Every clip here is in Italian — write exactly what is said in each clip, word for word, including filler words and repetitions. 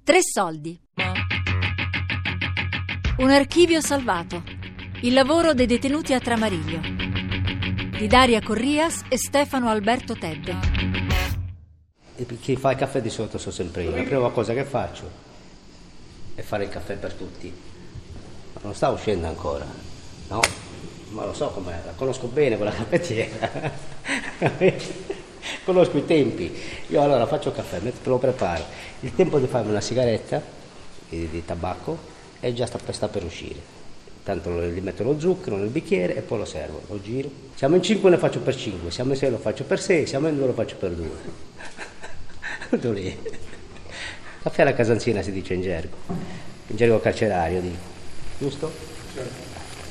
Tre soldi. Un archivio salvato. Il lavoro dei detenuti a Tramariglio. Di Daria Corrias e Stefano Alberto Tedde. Chi fa il caffè di solito sono sempre io. La prima cosa che faccio è fare il caffè per tutti. Ma non sta uscendo ancora, no? Ma lo so com'è, la conosco bene quella caffettiera. Conosco i tempi. Io allora faccio il caffè, te lo preparo. Il tempo di farmi una sigaretta di, di tabacco e già sta, sta per uscire. Tanto gli metto lo zucchero nel bicchiere e poi lo servo, lo giro. Siamo in cinque, ne faccio per cinque, siamo in sei, lo faccio per sei, siamo in due, lo faccio per due. Tutto lì. Caffè alla casanzina si dice in gergo, in gergo carcerario, dico. Giusto? Certo.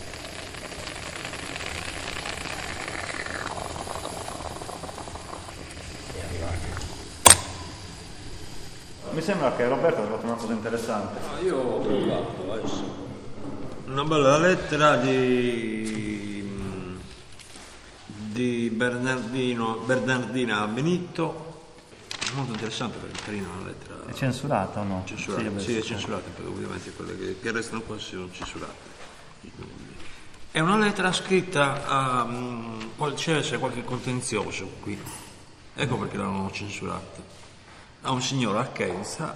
Mi sembra che Roberto abbia fatto una cosa interessante. Ah, io ho trovato adesso una bella lettera di, di Bernardino, Bernardina Benitto, molto interessante perché è carina la lettera. È censurata o no? Censurata, sì, sì, è censurata, perché ovviamente quelle che, che restano qua sono censurate. È una lettera scritta a... Um, c'è essere qualche contenzioso qui, ecco perché l'hanno censurata. A un signore a Arkansas,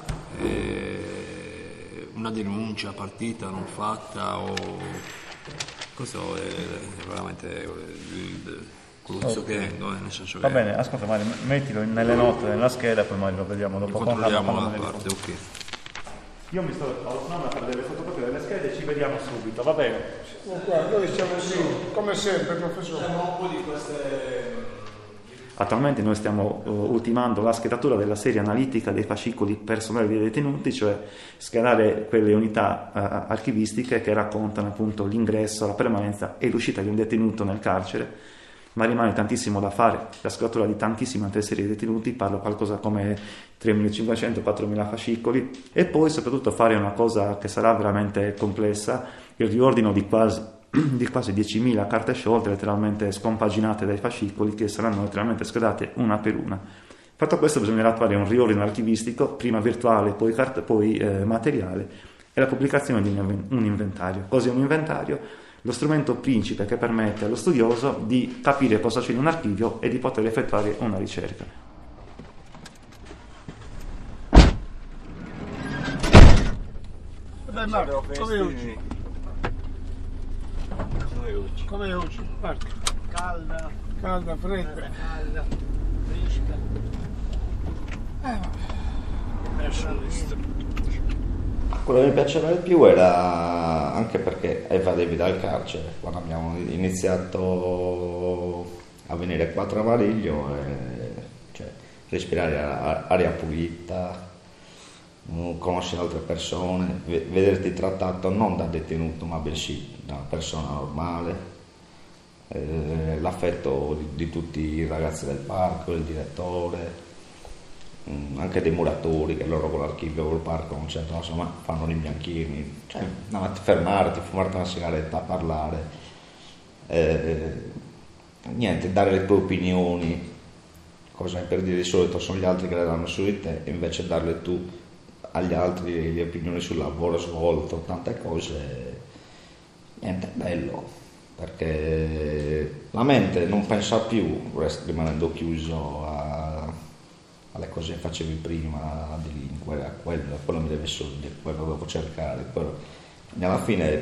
eh, una denuncia partita non fatta o questo è, è veramente il cruzzo okay. Che è, no? Nel senso va che bene, ascolta, Mario, mettilo nelle note nella scheda, poi magari lo vediamo dopo. Controlliamo la parte, ok. Io mi sto allontanando a fare delle fotocopie delle schede e ci vediamo subito, va bene? Qua, noi siamo qui, come sempre, professore. Siamo un po' di queste... Attualmente noi stiamo uh, ultimando la schedatura della serie analitica dei fascicoli personali dei detenuti, cioè schedare quelle unità uh, archivistiche che raccontano appunto l'ingresso, la permanenza e l'uscita di un detenuto nel carcere, ma rimane tantissimo da fare. La schedatura di tantissime altre serie di detenuti, parlo qualcosa come tremilacinquecento quattromila fascicoli, e poi soprattutto fare una cosa che sarà veramente complessa, il riordino di quasi di quasi diecimila carte sciolte letteralmente scompaginate dai fascicoli, che saranno letteralmente schedate una per una. Fatto questo bisognerà fare un riordino archivistico, prima virtuale, poi, carte, poi eh, materiale, e la pubblicazione di un, un inventario. Così un inventario, lo strumento principe che permette allo studioso di capire cosa c'è in un archivio e di poter effettuare una ricerca. Dai Marco, come oggi? Come oggi? Marco. Calda, Calda, fredda. calda, fresca. Eh vabbè. Quello che mi piaceva di più era anche perché evadevi dal carcere. Quando abbiamo iniziato a venire qua a Tramariglio, e, cioè, respirare aria pulita, conoscere altre persone, vederti trattato non da detenuto ma bensì da una persona normale, eh, l'affetto di, di tutti i ragazzi del parco, il direttore, mh, anche dei muratori che loro con l'archivio col parco non c'entrano, insomma fanno gli bianchini, cioè no, fermarti, fumarti una sigaretta, parlare, eh, niente, dare le tue opinioni, cosa per dire di solito sono gli altri che le danno su di te, e invece darle tu agli altri le opinioni sul lavoro svolto, tante cose. Niente, è bello, perché la mente non pensa più, resta rimanendo chiuso a, alle cose che facevi prima, a delinquere, a quello, quello mi deve soldi, quello devo cercare, quello. E alla fine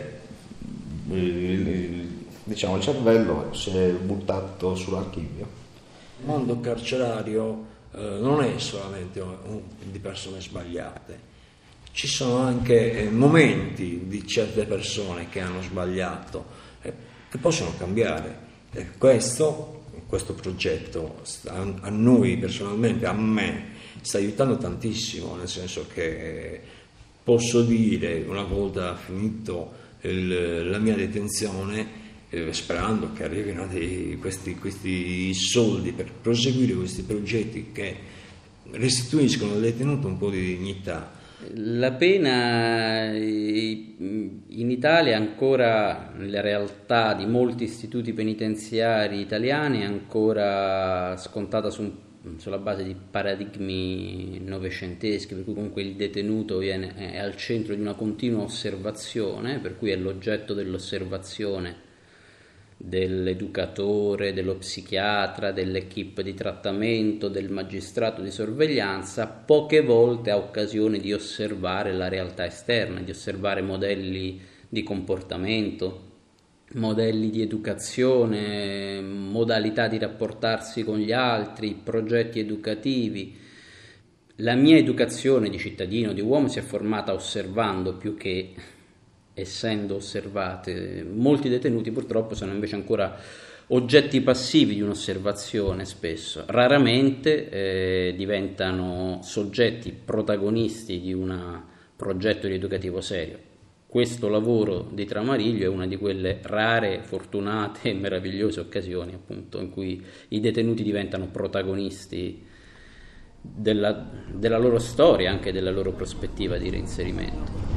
diciamo il cervello si è buttato sull'archivio. Il mondo carcerario eh, non è solamente un, di persone sbagliate. Ci sono anche momenti di certe persone che hanno sbagliato, eh, che possono cambiare. E questo, questo progetto sta, a noi personalmente, a me, sta aiutando tantissimo, nel senso che posso dire, una volta finito il, la mia detenzione, eh, sperando che arrivino dei, questi, questi soldi per proseguire questi progetti che restituiscono al detenuto un po' di dignità. La pena in Italia ancora, nella realtà di molti istituti penitenziari italiani, è ancora scontata su un sulla base di paradigmi novecenteschi, per cui comunque il detenuto viene, è al centro di una continua osservazione, per cui è l'oggetto dell'osservazione dell'educatore, dello psichiatra, dell'equipe di trattamento, del magistrato di sorveglianza, poche volte ha occasione di osservare la realtà esterna, di osservare modelli di comportamento, modelli di educazione, modalità di rapportarsi con gli altri, progetti educativi. La mia educazione di cittadino, di uomo, si è formata osservando più che essendo osservate. Molti detenuti purtroppo sono invece ancora oggetti passivi di un'osservazione spesso, raramente eh, diventano soggetti protagonisti di un progetto rieducativo serio. Questo lavoro di Tramariglio è una di quelle rare, fortunate e meravigliose occasioni, appunto, in cui i detenuti diventano protagonisti della, della loro storia, anche della loro prospettiva di reinserimento.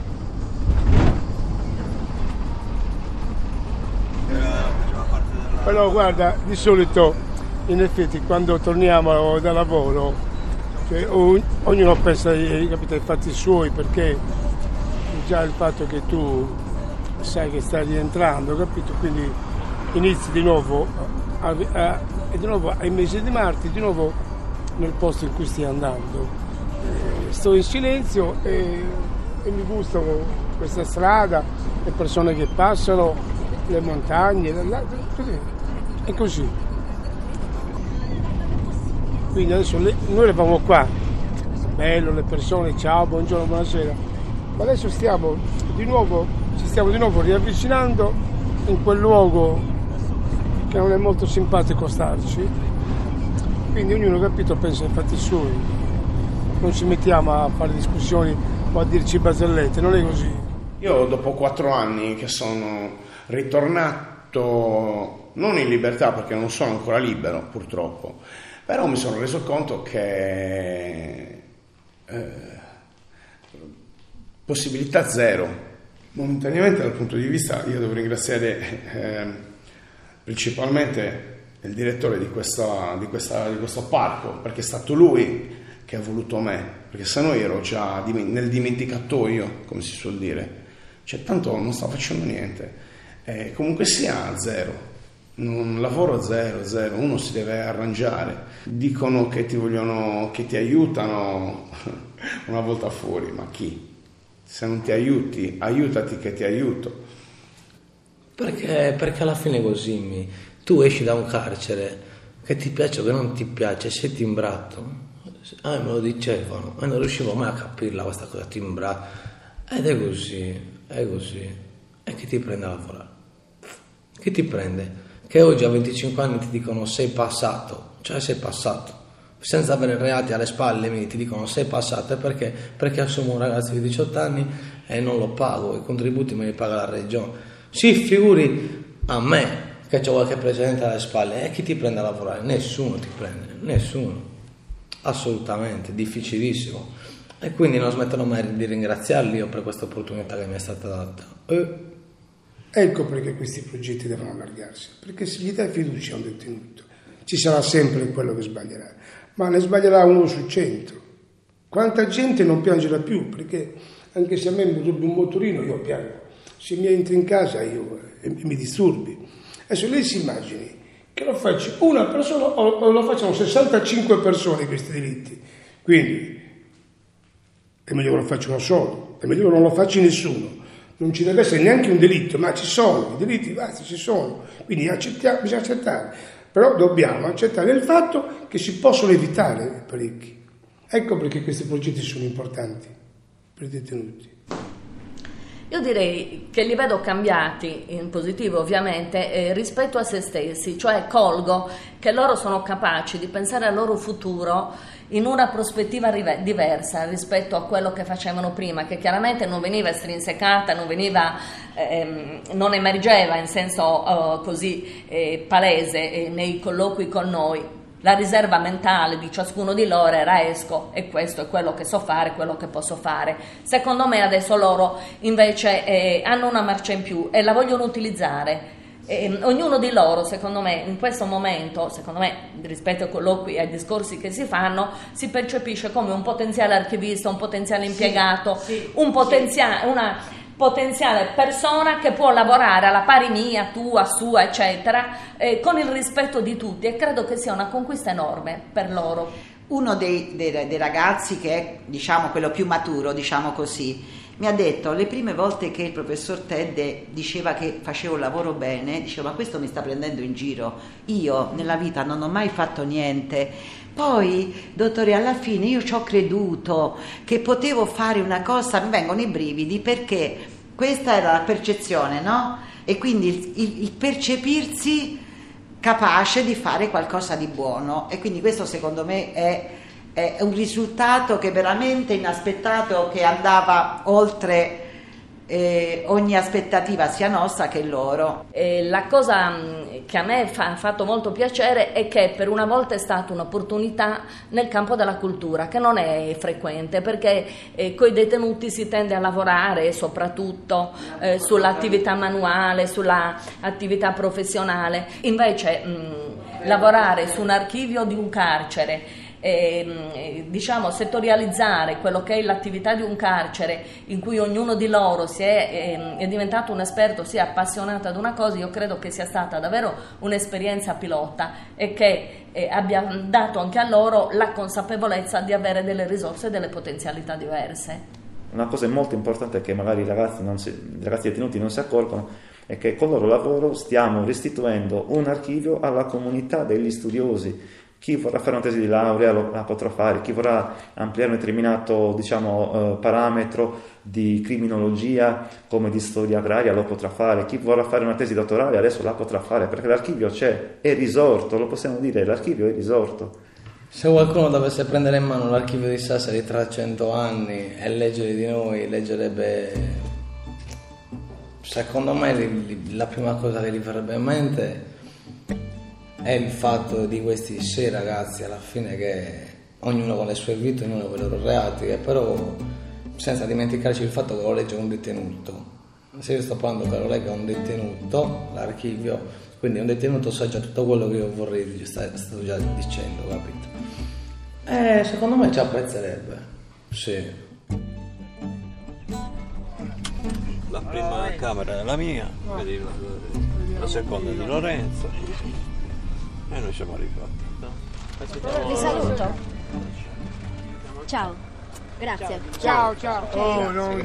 Però guarda, di solito in effetti quando torniamo da lavoro, cioè, ognuno pensa ai, capito, ai fatti suoi, perché già il fatto che tu sai che stai rientrando, capito? Quindi inizi di nuovo, a, a, a, di nuovo ai mesi di marzo, di nuovo nel posto in cui stai andando. Eh, sto in silenzio e, e mi gustano questa strada, le persone che passano, le montagne, così. È così. Quindi adesso le, noi eravamo qua, bello, le persone, ciao, buongiorno, buonasera, ma adesso stiamo di nuovo, ci stiamo di nuovo riavvicinando in quel luogo che non è molto simpatico starci, quindi ognuno, capito, pensa ai fatti suoi, non ci mettiamo a fare discussioni o a dirci barzellette, non è così. Io dopo quattro anni che sono ritornato non in libertà, perché non sono ancora libero purtroppo, però mi sono reso conto che eh, possibilità zero momentaneamente. Dal punto di vista, io devo ringraziare eh, principalmente il direttore di, questa, di, questa, di questo parco, perché è stato lui che ha voluto me, perché se no ero già nel dimenticatoio, come si suol dire, cioè tanto non sto facendo niente, eh, comunque sia zero. Un lavoro zero, zero, uno si deve arrangiare. Dicono che ti vogliono, che ti aiutano una volta fuori, ma chi? Se non ti aiuti, aiutati che ti aiuto. Perché, perché alla fine così mi, tu esci da un carcere, che ti piace o che non ti piace, sei timbrato. Ah, me lo dicevano, e non riuscivo mai a capirla questa cosa, timbrato. Ed è così, è così. E chi ti prende a lavorare? Chi ti prende? Che oggi a venticinque anni ti dicono sei passato, cioè sei passato, senza avere reati alle spalle, ti dicono sei passato, e perché? Perché assumo un ragazzo di diciotto anni e non lo pago, i contributi me li paga la regione. Si figuri a me che c'ho qualche precedente alle spalle, e chi ti prende a lavorare? Nessuno ti prende, nessuno, assolutamente, difficilissimo. E quindi non smetterò mai di ringraziarli io per questa opportunità che mi è stata data. E ecco perché questi progetti devono allargarsi, perché se gli dai fiducia a un detenuto ci sarà sempre quello che sbaglierà, ma ne sbaglierà uno su cento. Quanta gente non piangerà più, perché anche se a me mi rubi un motorino io piango, se mi entri in casa io e mi disturbi. Adesso lei si immagini che lo faccia una persona o lo facciano sessantacinque persone questi delitti, quindi è meglio che lo faccia uno solo, è meglio che non lo faccia nessuno. Non ci deve essere neanche un delitto, ma ci sono, i delitti basta, ci sono, quindi accettiamo, bisogna accettare, però dobbiamo accettare il fatto che si possono evitare parecchi. Ecco perché questi progetti sono importanti per i detenuti. Io direi che li vedo cambiati, in positivo ovviamente, eh, rispetto a se stessi, cioè colgo che loro sono capaci di pensare al loro futuro in una prospettiva rive- diversa rispetto a quello che facevano prima, che chiaramente non veniva estrinsecata, non veniva, ehm, non emergeva in senso uh, così eh, palese eh, nei colloqui con noi. La riserva mentale di ciascuno di loro era esco e questo è quello che so fare, quello che posso fare. Secondo me adesso loro invece eh, hanno una marcia in più e la vogliono utilizzare. E, ognuno di loro, secondo me, in questo momento, secondo me, rispetto ai colloqui e ai discorsi che si fanno, si percepisce come un potenziale archivista, un potenziale impiegato, sì, sì, un potenziale, sì. una potenziale persona che può lavorare alla pari mia, tua, sua, eccetera, eh, con il rispetto di tutti, e credo che sia una conquista enorme per loro. Uno dei, dei, dei ragazzi, che è, diciamo, quello più maturo, diciamo così, mi ha detto, le prime volte che il professor Tedde diceva che facevo il lavoro bene, diceva: ma questo mi sta prendendo in giro, io nella vita non ho mai fatto niente. Poi, dottore, alla fine io ci ho creduto che potevo fare una cosa, mi vengono i brividi, perché questa era la percezione, no? E quindi il, il, il percepirsi capace di fare qualcosa di buono, e quindi questo secondo me è è un risultato che veramente inaspettato, che andava oltre eh, ogni aspettativa sia nostra che loro. E la cosa che a me fa, ha fatto molto piacere è che per una volta è stata un'opportunità nel campo della cultura, che non è frequente, perché eh, coi detenuti si tende a lavorare soprattutto eh, sull'attività manuale, sull'attività professionale. Invece mh, lavorare su un archivio di un carcere, Eh, diciamo settorializzare quello che è l'attività di un carcere, in cui ognuno di loro si è, eh, è diventato un esperto, si è appassionato ad una cosa, io credo che sia stata davvero un'esperienza pilota, e che eh, abbia dato anche a loro la consapevolezza di avere delle risorse e delle potenzialità diverse. Una cosa molto importante che magari i ragazzi, non si, i ragazzi detenuti non si accorgono è che con il loro lavoro stiamo restituendo un archivio alla comunità degli studiosi. Chi vorrà fare una tesi di laurea lo, la potrà fare, chi vorrà ampliare un determinato, diciamo, eh, parametro di criminologia come di storia agraria lo potrà fare, chi vorrà fare una tesi dottorale adesso la potrà fare, perché l'archivio c'è, è risorto, lo possiamo dire, l'archivio è risorto. Se qualcuno dovesse prendere in mano l'archivio di Sassari tra cento anni e leggere di noi, leggerebbe, secondo me la prima cosa che gli verrebbe in mente è il fatto di questi sei ragazzi alla fine, che ognuno con le sue vite, ognuno con i loro reati, e però senza dimenticarci il fatto che lo legge un detenuto. Se io sto parlando che lo legga un detenuto, l'archivio, quindi un detenuto sa già tutto quello che io vorrei, sto già dicendo, capito? E secondo me ci apprezzerebbe, sì. La prima camera è la mia, vedi, la seconda è di Lorenzo. E noi siamo arrivati. Vi saluto. Ciao. Grazie. Ciao, ciao. Oh, no.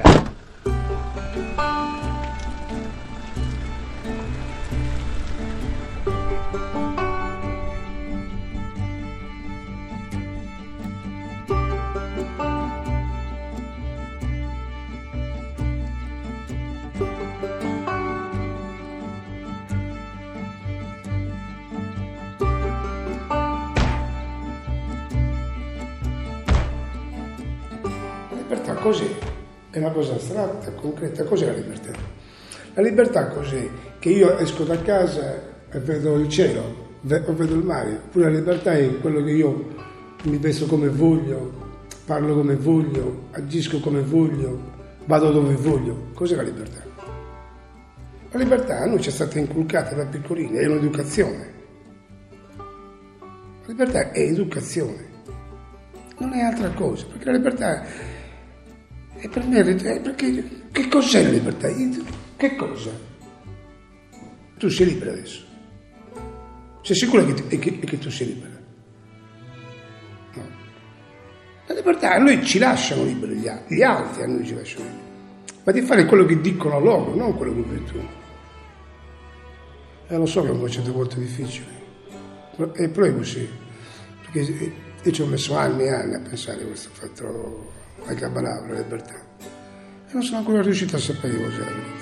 Cos'è? È una cosa astratta, concreta. Cos'è la libertà? La libertà cos'è? Che io esco da casa e vedo il cielo, o vedo il mare. Oppure la libertà è quello che io mi vesto come voglio, parlo come voglio, agisco come voglio, vado dove voglio. Cos'è la libertà? La libertà a noi ci è stata inculcata da piccolini, è un'educazione. La libertà è educazione, non è altra cosa, perché la libertà... E per me, perché, che cos'è la libertà? Che cosa? Tu sei libera adesso? Sei sicura che, che, che tu sei libera? No. La libertà a noi ci lasciano liberi, gli, gli altri a noi ci lasciano liberi. Ma di fare quello che dicono loro, non quello che vuoi tu. E lo so che è un concetto molto difficile, e però è così. Perché io ci ho messo anni e anni a pensare a questo fatto. La cabanava, la libertà. E non sono ancora riuscito a sapere cos'è la verità.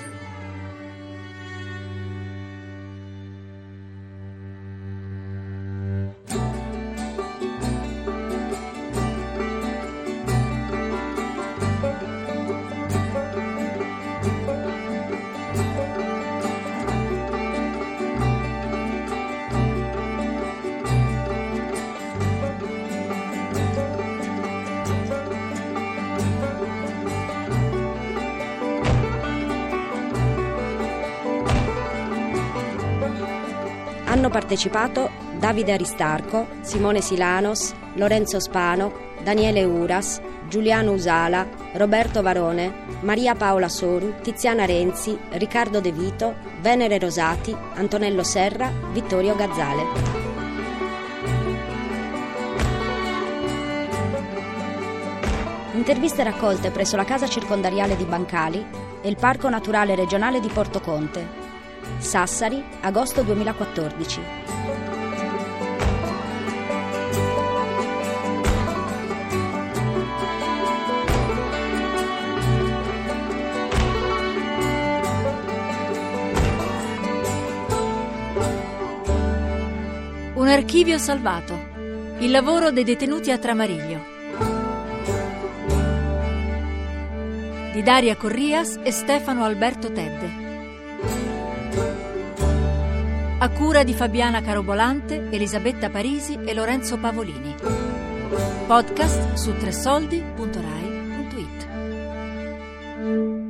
hanno partecipato Davide Aristarco, Simone Silanos, Lorenzo Spano, Daniele Uras, Giuliano Usala, Roberto Varone, Maria Paola Soru, Tiziana Renzi, Riccardo De Vito, Venere Rosati, Antonello Serra, Vittorio Gazzale. Interviste raccolte presso la casa circondariale di Bancali e il Parco Naturale Regionale di Portoconte. Sassari, agosto duemilaquattordici. Un archivio salvato. Il lavoro dei detenuti a Tramariglio. Di Daria Corrias e Stefano Alberto Tedde. A cura di Fabiana Carobolante, Elisabetta Parisi e Lorenzo Pavolini. Podcast su tresoldi punto rai punto it.